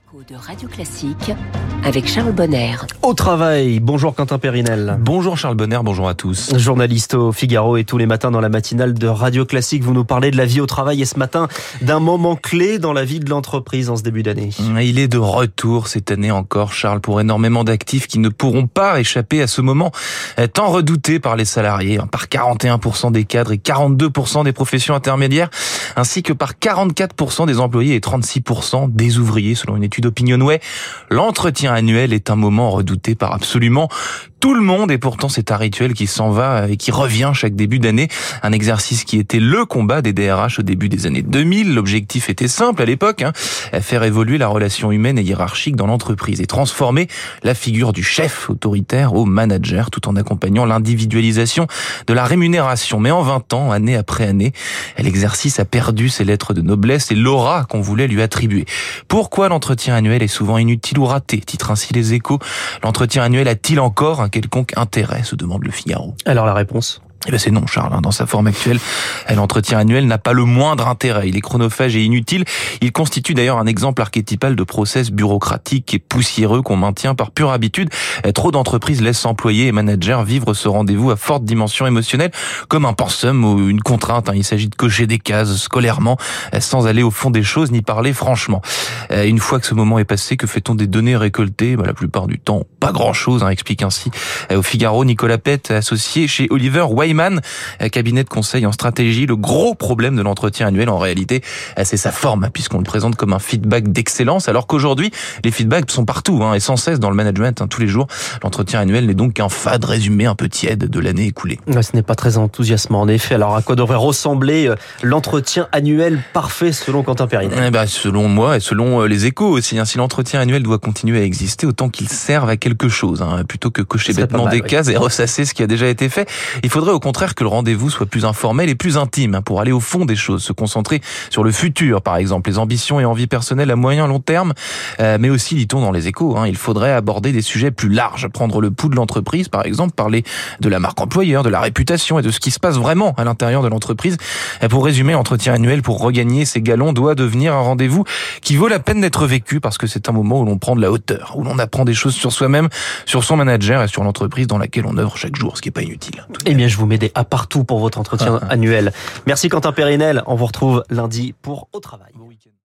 De Radio Classique avec Charles Bonner. Au travail, bonjour Quentin Périnel. Bonjour Charles Bonner, bonjour à tous. Journaliste au Figaro et tous les matins dans la matinale de Radio Classique, vous nous parlez de la vie au travail et ce matin d'un moment clé dans la vie de l'entreprise en ce début d'année. Il est de retour cette année encore, Charles, pour énormément d'actifs qui ne pourront pas échapper à ce moment tant redouté par les salariés, par 41% des cadres et 42% des professions intermédiaires, ainsi que par 44% des employés et 36% des ouvriers, selon une étude Opinionway. L'entretien annuel est un moment redouté par absolument tout le monde et pourtant c'est un rituel qui s'en va et qui revient chaque début d'année. Un exercice qui était le combat des DRH au début des années 2000. L'objectif était simple à l'époque, faire évoluer la relation humaine et hiérarchique dans l'entreprise et transformer la figure du chef autoritaire au manager tout en accompagnant l'individualisation de la rémunération. Mais en 20 ans, année après année, l'exercice a perdu ses lettres de noblesse et l'aura qu'on voulait lui attribuer. Pourquoi l'entretien annuel est souvent inutile ou raté, titre ainsi Les Échos. L'entretien annuel a-t-il encore un quelconque intérêt, se demande Le Figaro. Alors la réponse ? Eh ben c'est non, Charles. Dans sa forme actuelle, l'entretien annuel n'a pas le moindre intérêt. Il est chronophage et inutile. Il constitue d'ailleurs un exemple archétypal de process bureaucratique et poussiéreux qu'on maintient par pure habitude. Trop d'entreprises laissent employés et managers vivre ce rendez-vous à forte dimension émotionnelle comme un pensum ou une contrainte. Il s'agit de cocher des cases scolairement sans aller au fond des choses ni parler franchement. Une fois que ce moment est passé, que fait-on des données récoltées ? La plupart du temps, pas grand-chose, explique ainsi au Figaro Nicolas Pett, associé chez Oliver Wyman, cabinet de conseil en stratégie. Le gros problème de l'entretien annuel, en réalité, c'est sa forme, puisqu'on le présente comme un feedback d'excellence, alors qu'aujourd'hui, les feedbacks sont partout, et sans cesse dans le management, tous les jours. L'entretien annuel n'est donc qu'un fade résumé un peu tiède de l'année écoulée. Ce n'est pas très enthousiasmant, en effet. Alors, à quoi devrait ressembler l'entretien annuel parfait, selon Quentin Périnel ? Selon moi et selon Les Échos aussi, si l'entretien annuel doit continuer à exister, autant qu'il serve à quelque chose, plutôt que cocher bêtement des cases et ressasser ce qui a déjà été fait. Il faudrait au contraire que le rendez-vous soit plus informel et plus intime, pour aller au fond des choses, se concentrer sur le futur, par exemple, les ambitions et envies personnelles à moyen long terme, mais aussi, dit-on dans Les Échos, il faudrait aborder des sujets plus larges, prendre le pouls de l'entreprise, par exemple, parler de la marque employeur, de la réputation et de ce qui se passe vraiment à l'intérieur de l'entreprise. Pour résumer, l'entretien annuel, pour regagner ses galons, doit devenir un rendez-vous qui vaut la peine d'être vécu, parce que c'est un moment où l'on prend de la hauteur, où l'on apprend des choses sur soi-même, sur son manager et sur l'entreprise dans laquelle on œuvre chaque jour, ce qui n'est pas inutile. Eh bien, je vous mets des à partout pour votre entretien annuel. Merci Quentin Périnel. On vous retrouve lundi pour Au Travail.